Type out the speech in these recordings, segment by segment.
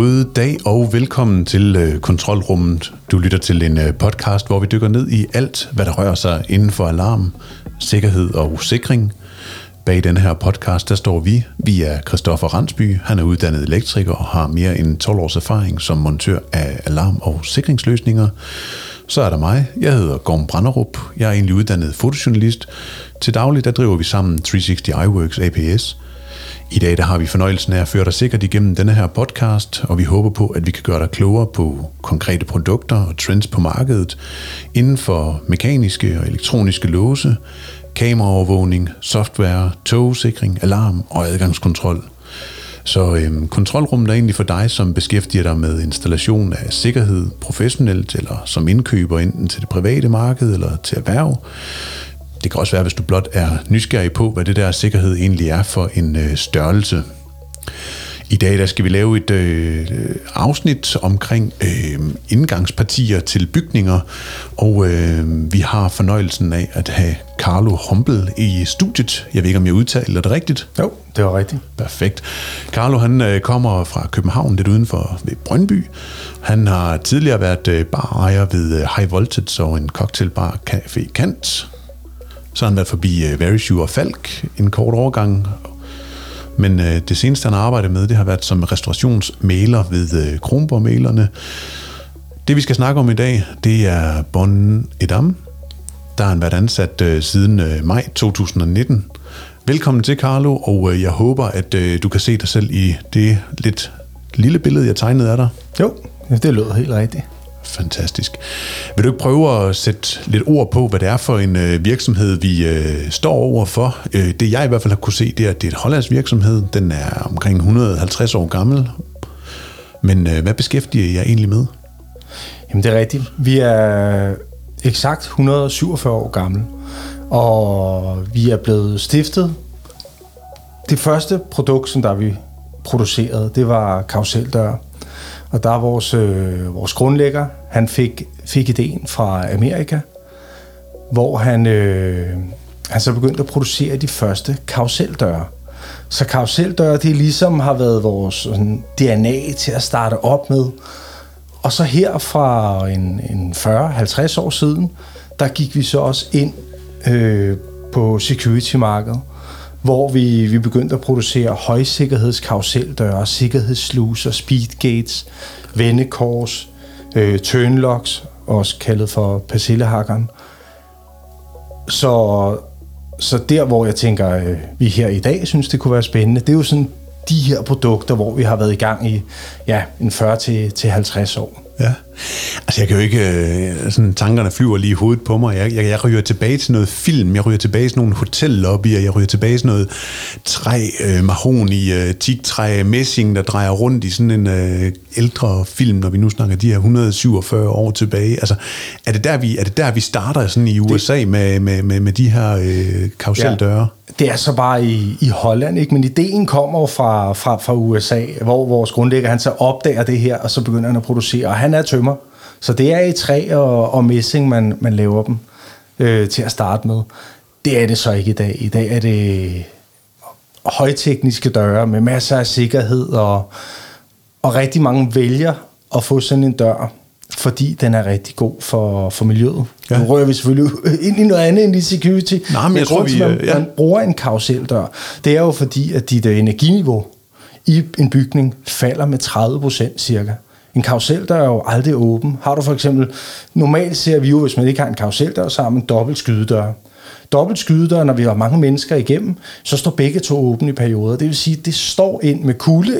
God dag og velkommen til Kontrolrummet. Du lytter til en podcast, hvor vi dykker ned i alt, hvad der rører sig inden for alarm, sikkerhed og sikring. Bag den her podcast, der står vi. Vi er Christoffer Randsby. Han er uddannet elektriker og har mere end 12 års erfaring som montør af alarm- og sikringsløsninger. Så er der mig. Jeg hedder Gorm Branderup. Jeg er egentlig uddannet fotojournalist. Til daglig der driver vi sammen 360 iWorks APS. I dag der har vi fornøjelsen af at føre dig sikkert igennem denne her podcast, og vi håber på, at vi kan gøre dig klogere på konkrete produkter og trends på markedet inden for mekaniske og elektroniske låse, kameraovervågning, software, togsikring, alarm og adgangskontrol. Så kontrolrummet er egentlig for dig, som beskæftiger dig med installation af sikkerhed professionelt eller som indkøber enten til det private marked eller til erhverv. Det kan også være, hvis du blot er nysgerrig på, hvad det der sikkerhed egentlig er for en størrelse. I dag der skal vi lave et afsnit omkring indgangspartier til bygninger, og vi har fornøjelsen af at have Carlo Humpel i studiet. Jeg ved ikke, om jeg udtaler det rigtigt? Jo, det var rigtigt. Perfekt. Carlo han kommer fra København, lidt uden for ved Brøndby. Han har tidligere været barejer ved High Voltage og en cocktailbar Café Kant. Så har han været forbi Verisure og Falk en kort overgang. Men det seneste, han har arbejdet med, det har været som restaurationsmægler ved Kronborg-mælerne. Det, vi skal snakke om i dag, det er Bon Edam. Der har han været ansat siden maj 2019. Velkommen til, Carlo, og jeg håber, at du kan se dig selv i det lidt lille billede, jeg tegnede af dig. Jo, det lød helt rigtigt. Fantastisk. Vil du ikke prøve at sætte lidt ord på, hvad det er for en virksomhed, vi står over for? Det jeg i hvert fald har kunne se, det er, at det er et hollandsk virksomhed. Den er omkring 150 år gammel. Men hvad beskæftiger jeg egentlig med? Jamen det er rigtigt. Vi er eksakt 147 år gamle, og vi er blevet stiftet. Det første produkt, som der vi producerede, det var karruseldøre. Og der er vores grundlægger, han fik ideen fra Amerika, hvor han så begyndte at producere de første karruseldøre. Så karruseldøre, det ligesom har været vores sådan, DNA til at starte op med. Og så her fra en 40-50 år siden, der gik vi så også ind på security-markedet, hvor vi begyndte at producere højsikkerhedskarruseldøre, sikkerhedssluser, speedgates, vendekors, turnlocks, også kaldet for persillehakkeren. Så der, hvor jeg tænker, vi her i dag synes, det kunne være spændende, det er jo sådan de her produkter, hvor vi har været i gang i en 40-50 år. Ja, altså jeg kan jo ikke, sådan tankerne flyver lige i hovedet på mig. Jeg ryger tilbage til noget film, jeg ryger tilbage til nogle hotellobbyer, jeg ryger tilbage til noget træ, mahogni, teaktræ, messing, der drejer rundt i sådan en ældre film, når vi nu snakker de her 147 år tilbage. Altså, er det der vi starter sådan i USA med de her karruseldøre? Ja. Det er så bare i Holland, ikke? Men ideen kommer jo fra USA, hvor vores grundlægger, han så opdager det her, og så begynder han at producere. Og han er tømmer, så det er i træ og messing, man laver dem til at starte med. Det er det så ikke i dag. I dag er det højtekniske døre med masser af sikkerhed, og rigtig mange vælger at få sådan en dør, fordi den er rigtig god for miljøet. Ja. Nu rører vi selvfølgelig ind i noget andet end i security. Nej, men jeg tror, man bruger en karruseldør. Det er jo fordi, at dit energiniveau i en bygning falder med 30% cirka. En karruseldør er jo aldrig åben. Har du for eksempel, normalt ser vi jo, hvis man ikke har en karruseldør, så har man dobbelt skydedør. Dobbelt skydedør, når vi har mange mennesker igennem, så står begge to åbne i perioder. Det vil sige, at det står ind med kulde,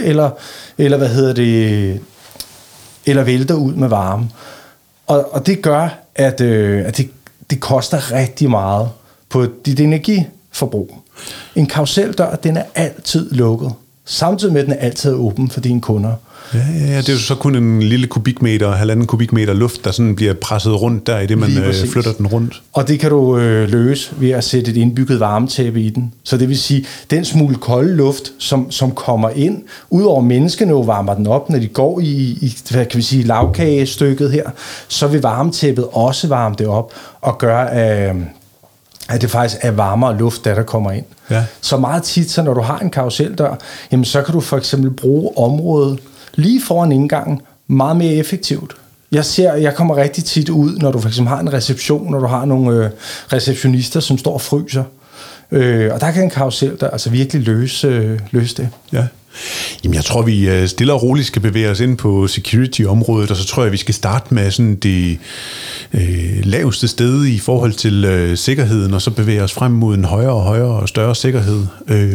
eller vælter ud med varme. Og det gør, at det koster rigtig meget på dit energiforbrug. En karruseldør, den er altid lukket, samtidig med, at den er altid åben for dine kunder. Ja, det er jo så kun en lille kubikmeter, 1,5 kubikmeter luft, der sådan bliver presset rundt der, i det man flytter den rundt. Og det kan du løse ved at sætte et indbygget varmetæppe i den. Så det vil sige, den smule kolde luft, som kommer ind, ud over menneskene varmer den op, når de går i hvad kan vi sige, lavkagestykket her, så vil varmetæppet også varme det op og gøre, at det faktisk er varmere luft, der kommer ind. Ja. Så meget tit, så når du har en karruseldør, jamen så kan du for eksempel bruge området lige foran indgangen, meget mere effektivt. Jeg kommer rigtig tit ud, når du for eksempel har en reception, når du har nogle receptionister, som står og fryser. Og der kan en karusel der altså virkelig løse det. Ja. Jamen, jeg tror, vi stille og roligt skal bevæge os ind på security-området, og så tror jeg, vi skal starte med sådan det laveste sted i forhold til sikkerheden, og så bevæge os frem mod en højere og højere og større sikkerhed.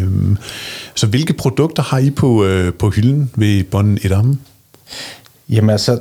Så hvilke produkter har I på hylden ved Bond Edam? Jamen altså,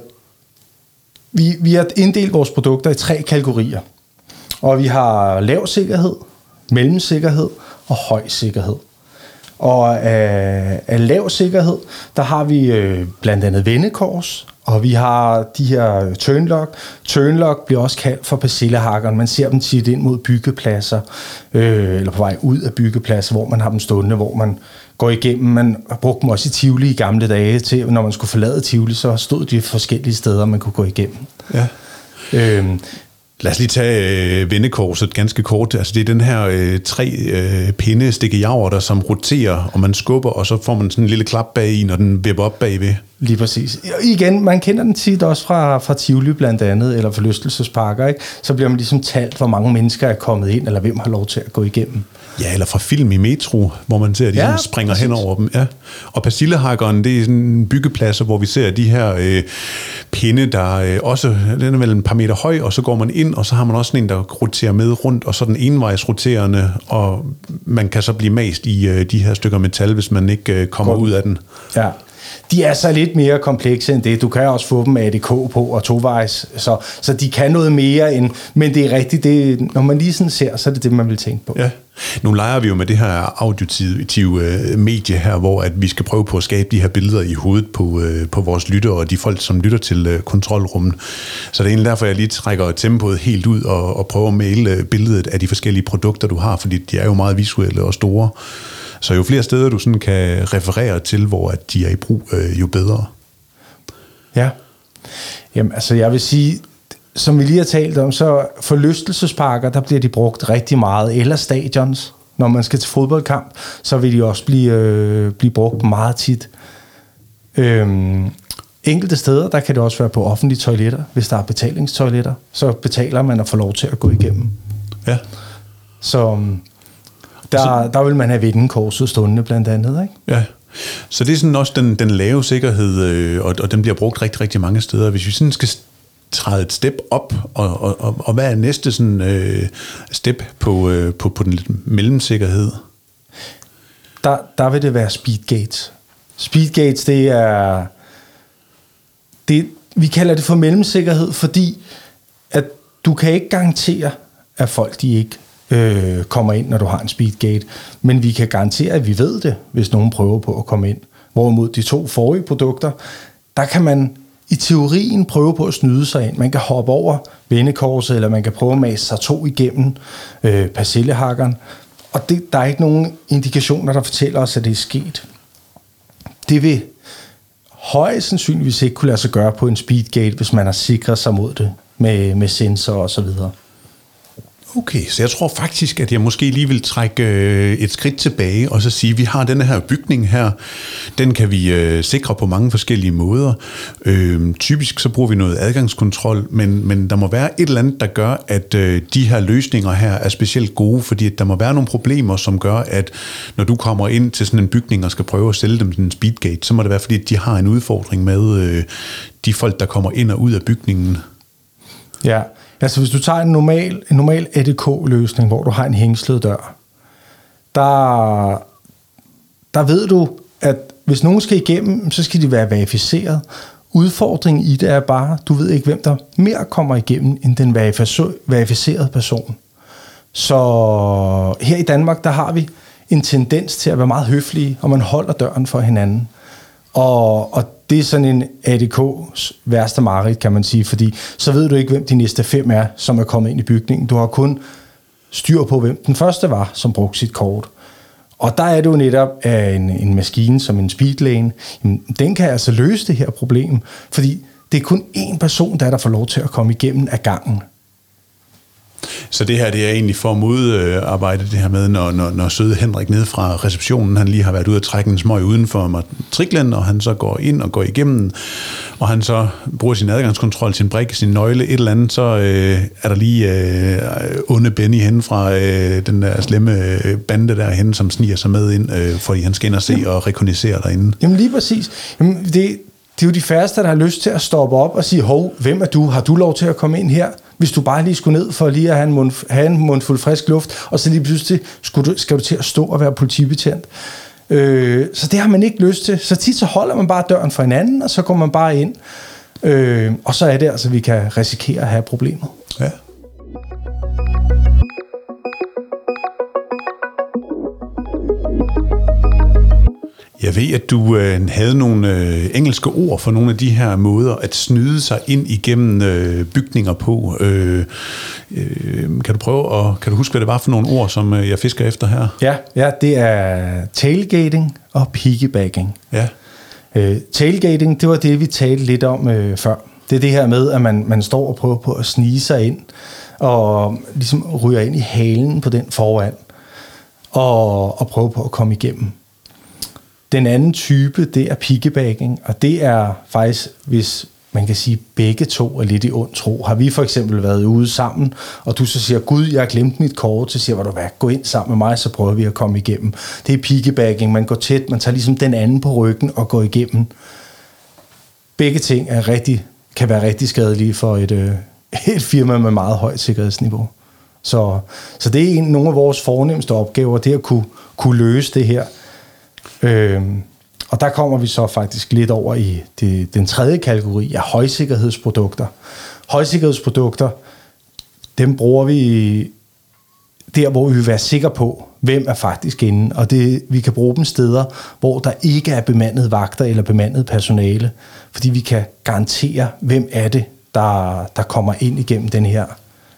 vi har inddelt vores produkter i 3 kategorier. Og vi har lav sikkerhed, mellemsikkerhed og høj sikkerhed. Og af lav sikkerhed, der har vi blandt andet vendekors, og vi har de her turnlock. Turnlock bliver også kaldt for persillehakkeren. Man ser dem tit ind mod byggepladser, eller på vej ud af byggepladser, hvor man har dem stående, hvor man går igennem. Man har brugt dem også i Tivoli i gamle dage til, når man skulle forlade Tivoli, så stod de forskellige steder, man kunne gå igennem. Ja. Lad os lige tage vendekorset ganske kort. Altså det er den her 3 pinde stikkejaver, der som roterer, og man skubber, og så får man sådan en lille klap bag i, når den vipper op bagved. Lige præcis. Igen, man kender den tit også fra Tivoli blandt andet, eller forlystelsesparker, ikke? Så bliver man ligesom talt, hvor mange mennesker er kommet ind, eller hvem har lov til at gå igennem. Ja, eller fra film i Metro, hvor man ser, at de springer hen over dem. Ja. Og persillehakkeren, det er sådan en byggeplads, hvor vi ser de her pinde, der også, den er vel et par meter høj, og så går man ind, og så har man også en, der roterer med rundt, og så den envejsroterende, og man kan så blive mast i de her stykker metal, hvis man ikke kommer ud af den. Ja. De er så lidt mere komplekse end det. Du kan også få dem med ADK på og tovejs, så de kan noget mere end, men det er rigtigt, når man lige sådan ser, så er det det, man vil tænke på. Ja. Nu leger vi jo med det her auditive medie her, hvor at vi skal prøve på at skabe de her billeder i hovedet på vores lyttere og de folk, som lytter til kontrolrummet. Så det er egentlig derfor, jeg lige trækker tempoet helt ud og prøver at male billedet af de forskellige produkter, du har, fordi de er jo meget visuelle og store. Så jo flere steder, du sådan kan referere til, hvor at de er i brug, jo bedre. Ja. Jamen, altså jeg vil sige, som vi lige har talt om, så forlystelsesparker, der bliver de brugt rigtig meget, eller stadions. Når man skal til fodboldkamp, så vil de også blive brugt meget tit. Enkelte steder, der kan det også være på offentlige toiletter, hvis der er betalingstoiletter, så betaler man og får lov til at gå igennem. Ja. Så der vil man have vendekorset stående blandt andet, ikke? Ja, så det er sådan også den lave sikkerhed, og den bliver brugt rigtig, rigtig mange steder. Hvis vi sådan skal træde et step op, og hvad er næste sådan step på den lidt mellemsikkerhed? Der vil det være speedgates. Speedgates, det er vi kalder det for mellemsikkerhed, fordi at du kan ikke garantere, at folk de ikke kommer ind, når du har en speedgate. Men vi kan garantere, at vi ved det, hvis nogen prøver på at komme ind. Hvorimod de 2 forrige produkter, der kan man i teorien prøve på at snyde sig ind. Man kan hoppe over vendekorset, eller man kan prøve at mase sig 2 igennem persillehakkeren. Og der er ikke nogen indikationer, der fortæller os, at det er sket. Det vil højst sandsynligvis ikke kunne lade sig gøre på en speedgate, hvis man har sikret sig mod det med sensorer og så videre. Okay, så jeg tror faktisk, at jeg måske lige vil trække et skridt tilbage og så sige, at vi har denne her bygning her, den kan vi sikre på mange forskellige måder. Typisk så bruger vi noget adgangskontrol, men der må være et eller andet, der gør, at de her løsninger her er specielt gode, fordi der må være nogle problemer, som gør, at når du kommer ind til sådan en bygning og skal prøve at sælge dem sådan en speedgate, så må det være, fordi de har en udfordring med de folk, der kommer ind og ud af bygningen. Ja, altså hvis du tager en normal ADK-løsning, hvor du har en hængslet dør, der ved du, at hvis nogen skal igennem, så skal de være verificeret. Udfordringen i det er bare, du ved ikke, hvem der mere kommer igennem, end den verificerede person. Så her i Danmark, der har vi en tendens til at være meget høflige, og man holder døren for hinanden. Og det er sådan en ADK's værste mareridt, kan man sige, fordi så ved du ikke, hvem de næste 5 er, som er kommet ind i bygningen. Du har kun styr på, hvem den første var, som brugte sit kort. Og der er det jo netop en maskine som en speedlane. Den kan altså løse det her problem, fordi det er kun én person, der får lov til at komme igennem af gangen. Så det her, det er egentlig for at modarbejde det her med, når søde Henrik nede fra receptionen, han lige har været ude at trække en smøg uden for matriklen, og han så går ind og går igennem, og han så bruger sin adgangskontrol, sin brik, sin nøgle, et eller andet, så er der lige onde Benny hen fra den der slemme bande derhen, som sniger sig med ind, fordi han skal ind og se og rekognoscere derinde. Jamen lige præcis. Jamen, det er jo de færreste, der har lyst til at stoppe op og sige, hov, hvem er du? Har du lov til at komme ind her? Hvis du bare lige skulle ned for lige at have en mundfuld frisk luft, og så lige pludselig skal du til at stå og være politibetjent. Så det har man ikke lyst til. Så tit så holder man bare døren for hinanden, og så går man bare ind. Og så er det altså, vi kan risikere at have problemer. Ja. Jeg ved, at du havde nogle engelske ord for nogle af de her måder at snyde sig ind igennem bygninger på. Kan du huske, hvad det var for nogle ord, som jeg fisker efter her? Ja, det er tailgating og piggybacking. Ja. Tailgating, det var det, vi talte lidt om før. Det er det her med, at man står og prøver på at snige sig ind, og ligesom ryger ind i halen på den foran, og prøver på at komme igennem. Den anden type, det er piggybacking, og det er faktisk, hvis man kan sige, begge to er lidt i ond tro. Har vi for eksempel været ude sammen, og du så siger, Gud, jeg har glemt mit kort, så siger du, gå ind sammen med mig, så prøver vi at komme igennem. Det er piggybacking, man går tæt, man tager ligesom den anden på ryggen og går igennem. Begge ting kan være rigtig skadelige for et firma med meget højt sikkerhedsniveau. Så det er nogle af vores fornemmeste opgaver, det at kunne løse det her. Og der kommer vi så faktisk lidt over i den tredje kategori af højsikkerhedsprodukter. Højsikkerhedsprodukter, dem bruger vi der, hvor vi vil være sikre på, hvem er faktisk inde. Og vi kan bruge dem steder, hvor der ikke er bemandet vagter eller bemandet personale, fordi vi kan garantere, hvem er det, der kommer ind igennem den her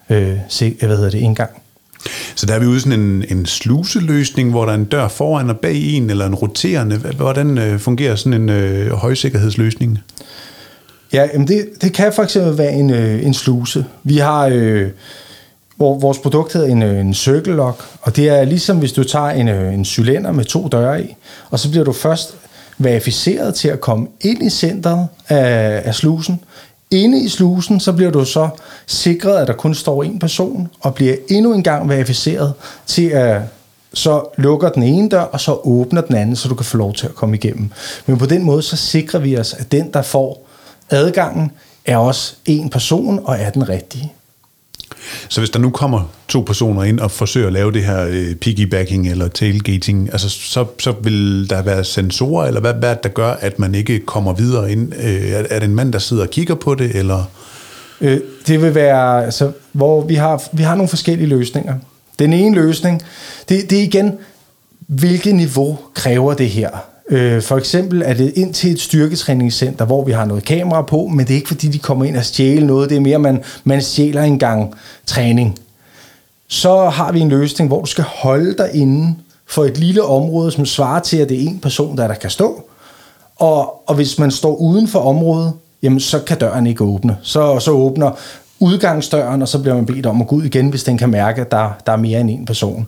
indgang. Så der er vi ude sådan en sluseløsning, hvor der er en dør foran og bag en, eller en roterende. Hvordan fungerer sådan en højsikkerhedsløsning? Ja, det kan for eksempel være en sluse. Vi har, vores produkt hedder en circle lock, og det er ligesom hvis du tager en cylinder med 2 døre i, og så bliver du først verificeret til at komme ind i centret af slusen. Inde i slusen, så bliver du så sikret, at der kun står en person, og bliver endnu en gang verificeret til at så lukker den ene dør, og så åbner den anden, så du kan få lov til at komme igennem. Men på den måde, så sikrer vi os, at den, der får adgangen, er også en person, og er den rigtige. Så hvis der nu kommer 2 personer ind og forsøger at lave det her piggybacking eller tailgating, altså så vil der være sensorer, eller hvad er det, der gør, at man ikke kommer videre ind? Er det en mand, der sidder og kigger på det, eller? Det vil være, altså, hvor vi har nogle forskellige løsninger. Den ene løsning, det er igen, hvilket niveau kræver det her? For eksempel er det ind til et styrketræningscenter, hvor vi har noget kamera på, men det er ikke fordi, de kommer ind og stjæler noget. Det er mere, man stjæler en gang træning. Så har vi en løsning, hvor du skal holde dig inde for et lille område, som svarer til, at det er en person, der kan stå. Og hvis man står uden for området, jamen så kan døren ikke åbne. Så åbner udgangsdøren, og så bliver man bedt om at gå ud igen, hvis den kan mærke, at der er mere end en person.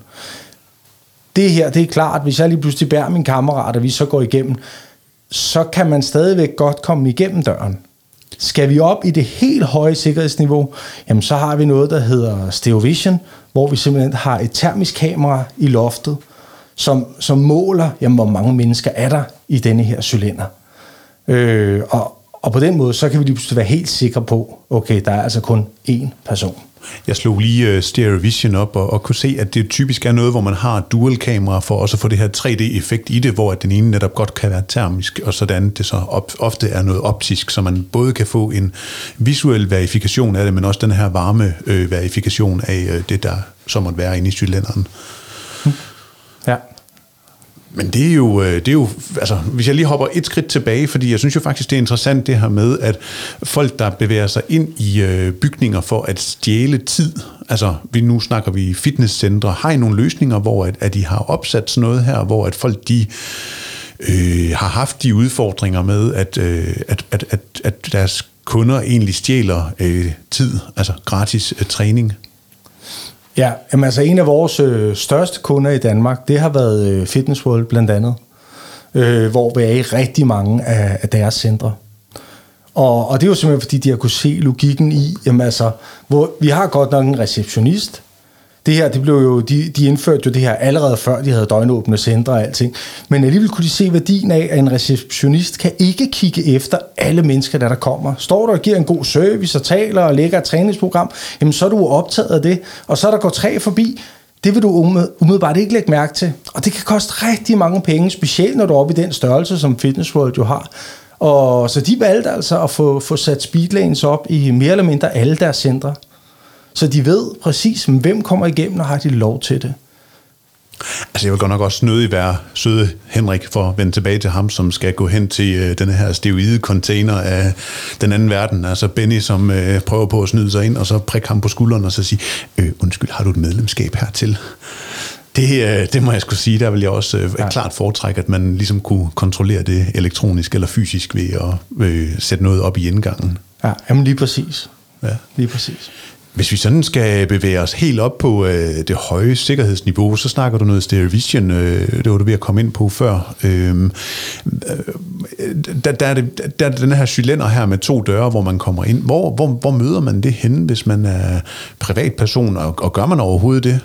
Det her, det er klart, at hvis jeg lige pludselig bærer min kammerat, og vi så går igennem, så kan man stadigvæk godt komme igennem døren. Skal vi op i det helt høje sikkerhedsniveau, jamen så har vi noget, der hedder StereoVision, hvor vi simpelthen har et termisk kamera i loftet, som måler, jamen, hvor mange mennesker er der i denne her cylinder. Og på den måde, så kan vi lige pludselig være helt sikre på, okay, der er altså kun én person. Jeg slog lige StereoVision op og kunne se, at det typisk er noget, hvor man har dual-kamera for også at få det her 3D-effekt i det, hvor den ene netop godt kan være termisk, og sådan det så ofte er noget optisk, så man både kan få en visuel verifikation af det, men også den her varme verifikation af det, der så måtte være inde i cylinderen. Ja. Men det er jo, altså hvis jeg lige hopper et skridt tilbage, fordi jeg synes jo faktisk, det er interessant det her med, at folk, der bevæger sig ind i bygninger for at stjæle tid, altså nu snakker vi fitnesscentre, har I nogle løsninger, hvor at de har opsat sådan noget her, hvor at folk de har haft de udfordringer med, at deres kunder egentlig stjæler tid, altså gratis træning? Ja, jamen altså en af vores største kunder i Danmark, det har været Fitness World blandt andet, hvor vi er i rigtig mange af deres centre. Og det er jo simpelthen, fordi de har kunne se logikken i, jamen altså, hvor vi har godt nok en receptionist. Det her, det blev jo, de indførte jo det her allerede før, de havde døgnåbne centre og alting. Men alligevel kunne de se værdien af, at en receptionist kan ikke kigge efter alle mennesker, der kommer. Står der og giver en god service og taler og lægger et træningsprogram, jamen så er du optaget af det. Og så er der går 3 forbi, det vil du umiddelbart ikke lægge mærke til. Og det kan koste rigtig mange penge, specielt når du er oppe i den størrelse, som Fitness World jo har. Og så de valgte altså at få sat speedlanes op i mere eller mindre alle deres centre. Så de ved præcis, hvem kommer igennem, og har de lov til det. Altså jeg vil godt nok også nødig være søde Henrik for at vende tilbage til ham, som skal gå hen til den her steroide-container af den anden verden. Altså Benny, som prøver på at snyde sig ind, og så prikke ham på skulderen og så sige, undskyld, har du et medlemskab hertil? Det må jeg sgu sige, der vil jeg også klart foretrække, at man ligesom kunne kontrollere det elektronisk eller fysisk ved at sætte noget op i indgangen. Ja, jamen lige præcis. Ja. Lige præcis. Hvis vi sådan skal bevæge os helt op på det høje sikkerhedsniveau, så snakker du noget Stereo Vision, det var du ved at komme ind på før. Der er den her cylinder her med 2 døre, hvor man kommer ind. Hvor møder man det henne, hvis man er privatperson, og gør man overhovedet det?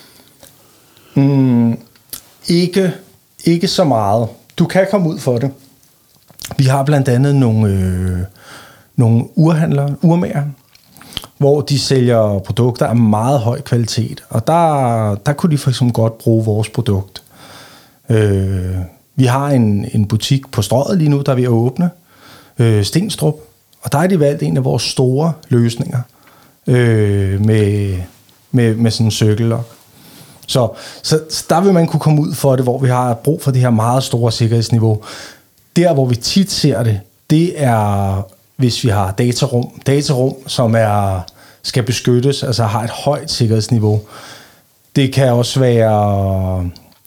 Ikke så meget. Du kan komme ud for det. Vi har blandt andet nogle urhandlere, urmager, hvor de sælger produkter af meget høj kvalitet. Og der kunne de for eksempel godt bruge vores produkt. Vi har en butik på Strøget lige nu, der er ved at åbne. Stenstrup. Og der er de valgt en af vores store løsninger med sådan en cirkellok. Så der vil man kunne komme ud for det, hvor vi har brug for det her meget store sikkerhedsniveau. Der, hvor vi tit ser det, det er, hvis vi har datarum, som skal beskyttes, altså har et højt sikkerhedsniveau. Det kan også være,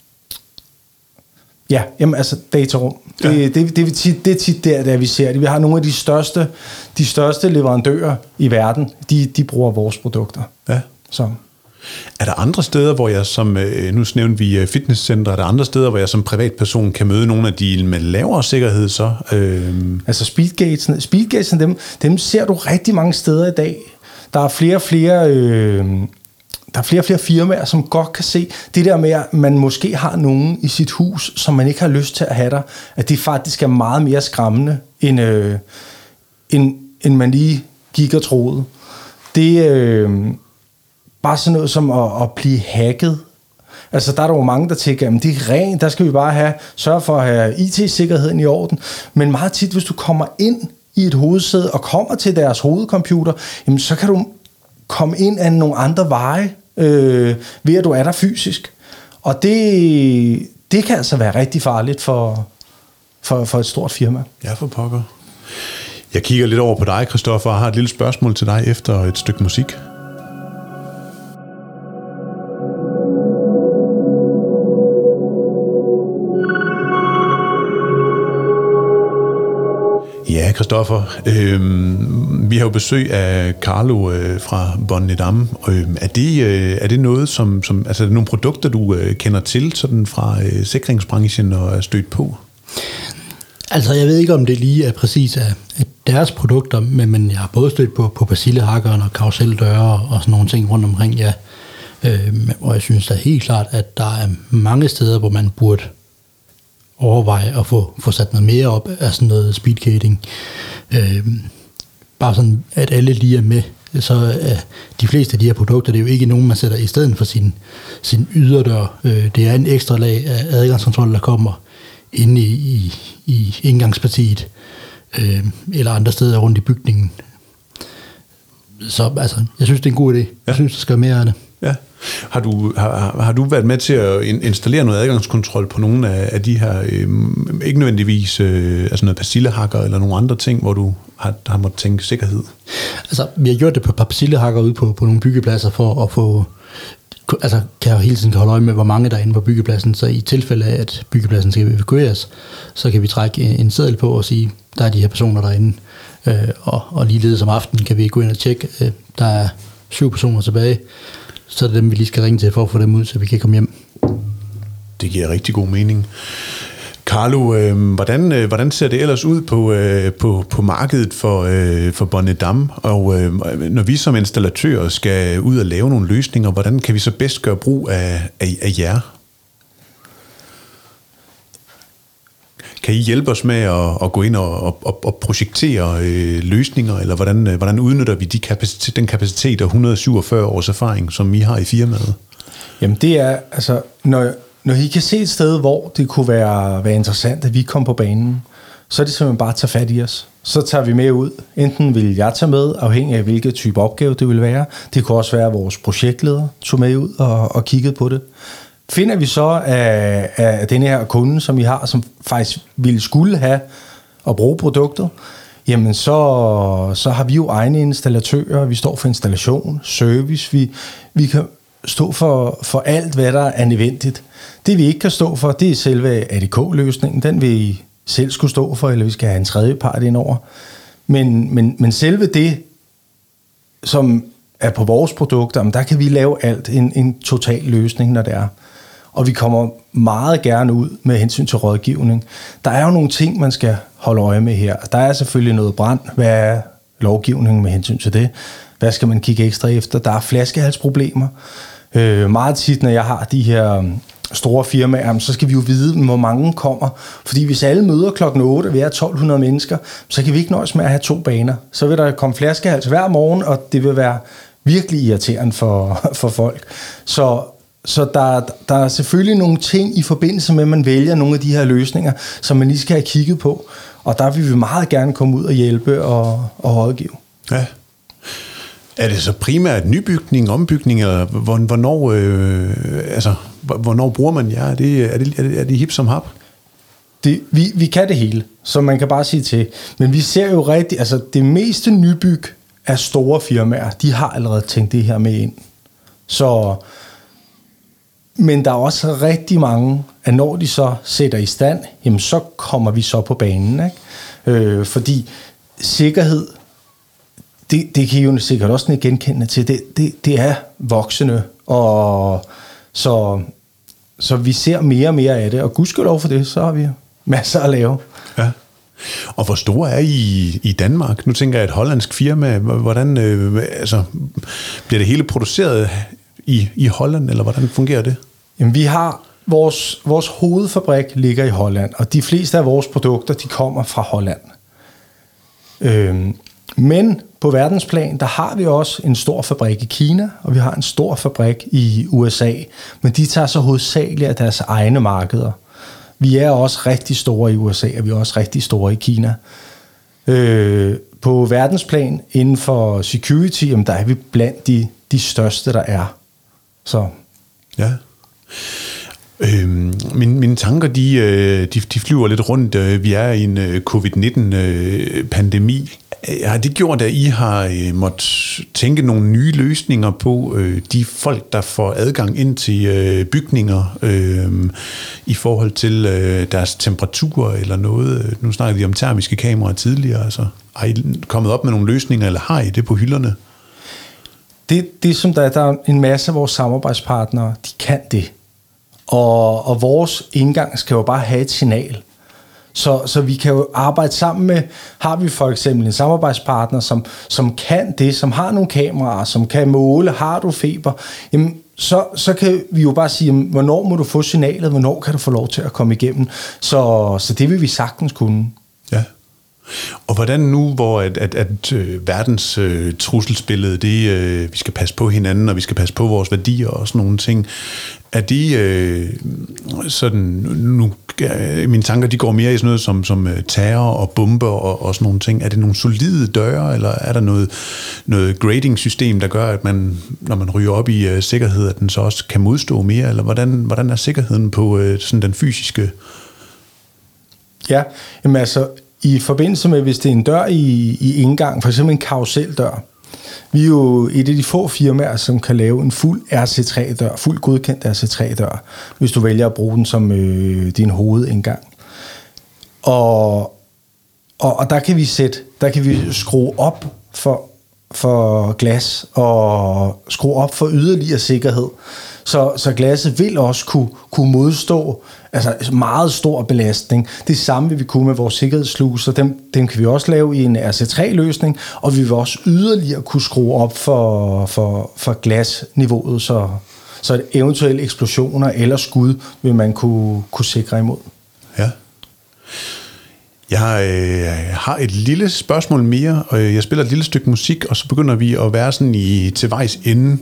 ja, jamen altså datarum. Ja. Det er tit der vi ser det. Vi har nogle af de største leverandører i verden, de bruger vores produkter. Ja. Så. Er der andre steder, hvor jeg som, nu nævnte vi fitnesscenter, er der andre steder, hvor jeg som privatperson kan møde nogle af de med lavere sikkerhed så? Altså speedgatesen, dem ser du rigtig mange steder i dag. Der er flere og flere firmaer, som godt kan se det der med, at man måske har nogen i sit hus, som man ikke har lyst til at have der, at det faktisk er meget mere skræmmende, end man lige gik og troede. Det bare sådan noget som at blive hacket. Altså der er der jo mange, der tænker, at det er rent, der skal vi bare sørge for at have IT-sikkerheden i orden. Men meget tit, hvis du kommer ind i et hovedsæde og kommer til deres hovedcomputer, jamen, så kan du komme ind af nogle andre veje, ved at du er der fysisk. Og det kan altså være rigtig farligt for et stort firma. Ja, for pokker. Jeg kigger lidt over på dig, Christoffer, og har et lille spørgsmål til dig efter et stykke musik. Ja, Christoffer, vi har jo besøg af Carlo fra Bonnet-Dam. Er det noget, som altså nogle produkter, du kender til sådan fra sikringsbranchen og er stødt på? Altså, jeg ved ikke, om det lige er præcis af deres produkter, men jeg har både stødt på Basillehakkeren og karuseldøre og sådan nogle ting rundt omkring, ja. Og jeg synes da helt klart, at der er mange steder, hvor man burde overveje at få sat noget mere op af sådan noget speedgating. Bare sådan, at alle lige er med. Så de fleste af de her produkter, det er jo ikke nogen, man sætter i stedet for sin yderdør. Det er en ekstra lag af adgangskontrol, der kommer inde i indgangspartiet, eller andre steder rundt i bygningen. Så altså, jeg synes, det er en god idé. Jeg synes, der skal mere af det. Ja. Har du været med til at installere noget adgangskontrol på nogle af de her, ikke nødvendigvis altså noget Basillehakker eller nogle andre ting, hvor du har måttet tænke sikkerhed? Altså, vi har gjort det på Basillehakker ude på nogle byggepladser for at få, altså kan jeg hele tiden holde øje med, hvor mange der er inde på byggepladsen, så i tilfælde af, at byggepladsen skal evakueres, så kan vi trække en seddel på og sige, der er de her personer derinde, og ligeledes om aftenen kan vi gå ind og tjekke, der er 7 personer tilbage, så er det dem, vi lige skal ringe til for at få dem ud, så vi kan komme hjem. Det giver rigtig god mening. Carlo, hvordan ser det ellers ud på markedet for Bonnedam? Og når vi som installatører skal ud og lave nogle løsninger, hvordan kan vi så bedst gøre brug af jer? Kan I hjælpe os med at gå ind og projektere løsninger, eller hvordan udnytter vi den kapacitet og 147 års erfaring, som I har i firmaet? Jamen det er, altså, når I kan se et sted, hvor det kunne være interessant, at vi kom på banen, så er det simpelthen bare at tage fat i os. Så tager vi med ud. Enten vil jeg tage med, afhængig af hvilket type opgave det vil være. Det kunne også være, at vores projektleder tog med ud og kiggede på det. Finder vi så af denne her kunde, som I har, som faktisk skulle have og bruge produktet, jamen så har vi jo egne installatører. Vi står for installation, service. Vi kan stå for alt, hvad der er nødvendigt. Det vi ikke kan stå for, det er selve ADK-løsningen. Den vil I selv skulle stå for, eller vi skal have en tredje part indover. Men selve det, som er på vores produkter, der kan vi lave alt, en total løsning, når det er. Og vi kommer meget gerne ud med hensyn til rådgivning. Der er jo nogle ting, man skal holde øje med her. Der er selvfølgelig noget brand. Hvad er lovgivningen med hensyn til det? Hvad skal man kigge ekstra efter? Der er flaskehalsproblemer. Meget tit, når jeg har de her store firmaer, så skal vi jo vide, hvor mange kommer. Fordi hvis alle møder klokken 8, og vi er 1200 mennesker, så kan vi ikke nøjes med at have 2 baner. Så vil der komme flaskehals hver morgen, og det vil være virkelig irriterende for folk. Så der er selvfølgelig nogle ting i forbindelse med, at man vælger nogle af de her løsninger, som man lige skal have kigget på. Og der vil vi meget gerne komme ud og hjælpe og rådgive. Ja. Er det så primært nybygning, ombygning, eller hvornår bruger man jer? Er det hip som hap? Vi kan det hele, som man kan bare sige til. Men vi ser jo rigtig, altså det meste nybyg af store firmaer, de har allerede tænkt det her med ind. Men der er også rigtig mange, at når de så sætter i stand, jamen så kommer vi så på banen, ikke? Fordi sikkerhed, det kan I jo sikkert også genkende til, det er voksende, og så vi ser mere og mere af det, og gudskelov for det, så har vi masser at lave. Ja. Og hvor store er I i Danmark? Nu tænker jeg, et hollandsk firma, hvordan bliver det hele produceret i Holland, eller hvordan fungerer det? Jamen, vi har vores hovedfabrik ligger i Holland, og de fleste af vores produkter, de kommer fra Holland. Men på verdensplan, der har vi også en stor fabrik i Kina, og vi har en stor fabrik i USA, men de tager så hovedsageligt af deres egne markeder. Vi er også rigtig store i USA, og vi er også rigtig store i Kina. På verdensplan, inden for security, jamen, der er vi blandt de største, der er. Så. Ja. Mine tanker, de flyver lidt rundt. Vi er i en covid-19-pandemi. Har det gjort, at I har måttet tænke nogle nye løsninger på de folk, der får adgang ind til bygninger i forhold til deres temperaturer eller noget? Nu snakkede vi om termiske kameraer tidligere. Altså, har I kommet op med nogle løsninger, eller har I det på hylderne? Det som der er en masse af vores samarbejdspartnere, de kan det. Og vores indgang skal jo bare have et signal. Så vi kan jo arbejde sammen med, har vi for eksempel en samarbejdspartner, som kan det, som har nogle kameraer, som kan måle, har du feber, jamen, så kan vi jo bare sige, jamen, hvornår må du få signalet, hvornår kan du få lov til at komme igennem. Så det vil vi sagtens kunne. Ja. Og hvordan nu, hvor at verdens trusselsbillede, vi skal passe på hinanden, og vi skal passe på vores værdier og sådan nogle ting, er de sådan, nu mine tanker, de går mere i sådan noget som terror og bomber og sådan nogle ting. Er det nogle solide døre, eller er der noget grading-system, der gør, at man, når man ryger op i sikkerhed, at den så også kan modstå mere, eller hvordan er sikkerheden på sådan den fysiske? Ja, jamen altså, i forbindelse med, hvis det er en dør i indgang, for eksempel en karuseldør, vi er jo et af de få firmaer, som kan lave en fuld RC3-dør, fuldt godkendt RC3-dør, hvis du vælger at bruge den som din hovedindgang. Og der kan vi skrue op for for glas og skrue op for yderligere sikkerhed. Så glasset vil også kunne modstå altså meget stor belastning. Det samme vil vi kunne med vores sikkerhedssluser. Dem kan vi også lave i en RC3-løsning, og vi vil også yderligere kunne skrue op for glasniveauet, så eventuelle eksplosioner eller skud vil man kunne sikre imod. Ja. Jeg har et lille spørgsmål mere, og jeg spiller et lille stykke musik, og så begynder vi at være sådan til vejs ende.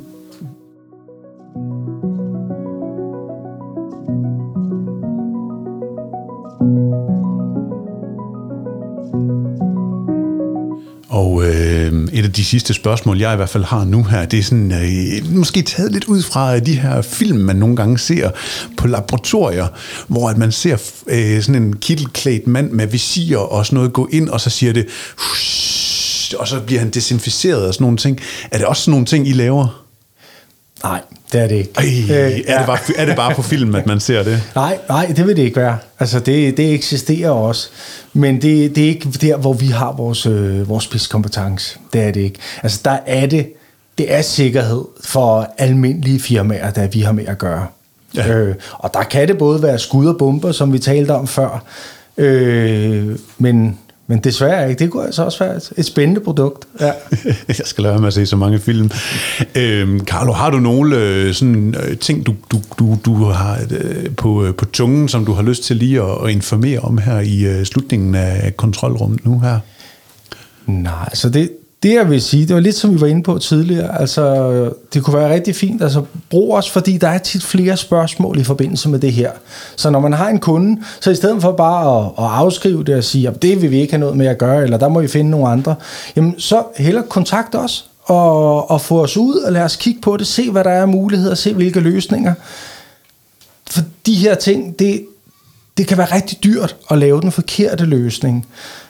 Og et af de sidste spørgsmål, jeg i hvert fald har nu her, det er sådan, måske taget lidt ud fra de her film, man nogle gange ser på laboratorier, hvor at man ser sådan en kittelklædt mand med visir og sådan noget gå ind, og så siger det, og så bliver han desinficeret og sådan nogle ting. Er det også sådan nogle ting, I laver? Nej, det er det ikke. Er det bare på film, at man ser det? Nej, det vil det ikke være. Altså, det eksisterer også. Men det er ikke der, hvor vi har vores spidskompetence. Det er det ikke. Altså, der er det er sikkerhed for almindelige firmaer, der vi har med at gøre. Ja. Og der kan det både være skud og bomber, som vi talte om før. Men desværre ikke. Det kunne altså også være et spændende produkt. Ja. Jeg skal lade være med at se så mange film. Carlo, har du nogle sådan ting, du har på tungen, som du har lyst til lige at informere om her i slutningen af kontrolrummet nu her? Nej, altså det jeg vil sige, det var lidt som vi var inde på tidligere, altså det kunne være rigtig fint, altså brug os, fordi der er tit flere spørgsmål i forbindelse med det her. Så når man har en kunde, så i stedet for bare at afskrive det og sige, at det vil vi ikke have noget med at gøre, eller der må vi finde nogle andre, jamen så hellere kontakt os og få os ud og lad os kigge på det, se hvad der er muligheder, se hvilke løsninger. For de her ting, det kan være rigtig dyrt at lave den forkerte løsning.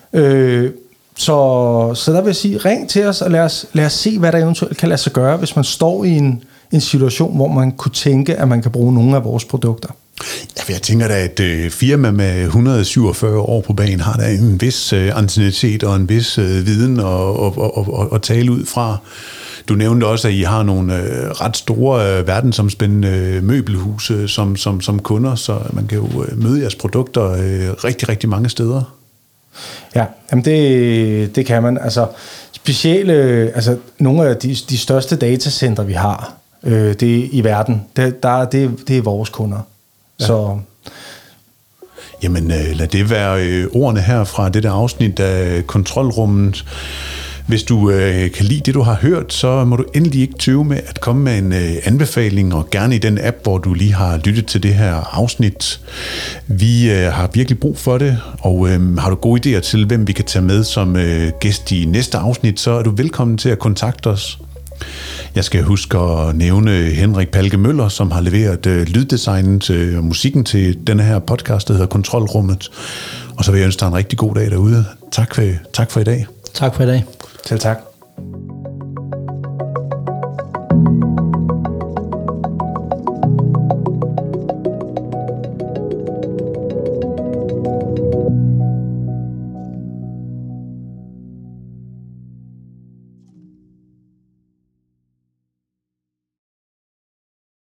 Så der vil jeg sige, ring til os og lad os se, hvad der eventuelt kan lade sig gøre, hvis man står i en situation, hvor man kunne tænke, at man kan bruge nogle af vores produkter. Ja, jeg tænker da, at et firma med 147 år på banen har da en vis anciennitet og en vis viden at tale ud fra. Du nævnte også, at I har nogle ret store verdensomspændende møbelhuse som kunder, så man kan jo møde jeres produkter rigtig, rigtig mange steder. Ja, jamen det kan man. Altså specielle, altså nogle af de største datacenter vi har, det i verden, det er vores kunder. Ja. Så jamen lad det være ordene her fra dette afsnit af Kontrolrummet. Hvis du kan lide det, du har hørt, så må du endelig ikke tøve med at komme med en anbefaling, og gerne i den app, hvor du lige har lyttet til det her afsnit. Vi har virkelig brug for det, og har du gode idéer til, hvem vi kan tage med som gæst i næste afsnit, så er du velkommen til at kontakte os. Jeg skal huske at nævne Henrik Palke Møller, som har leveret lyddesignet og musikken til denne her podcast, der hedder Kontrolrummet. Og så vil jeg ønske dig en rigtig god dag derude. Tak for i dag. Tak for i dag. Selv tak.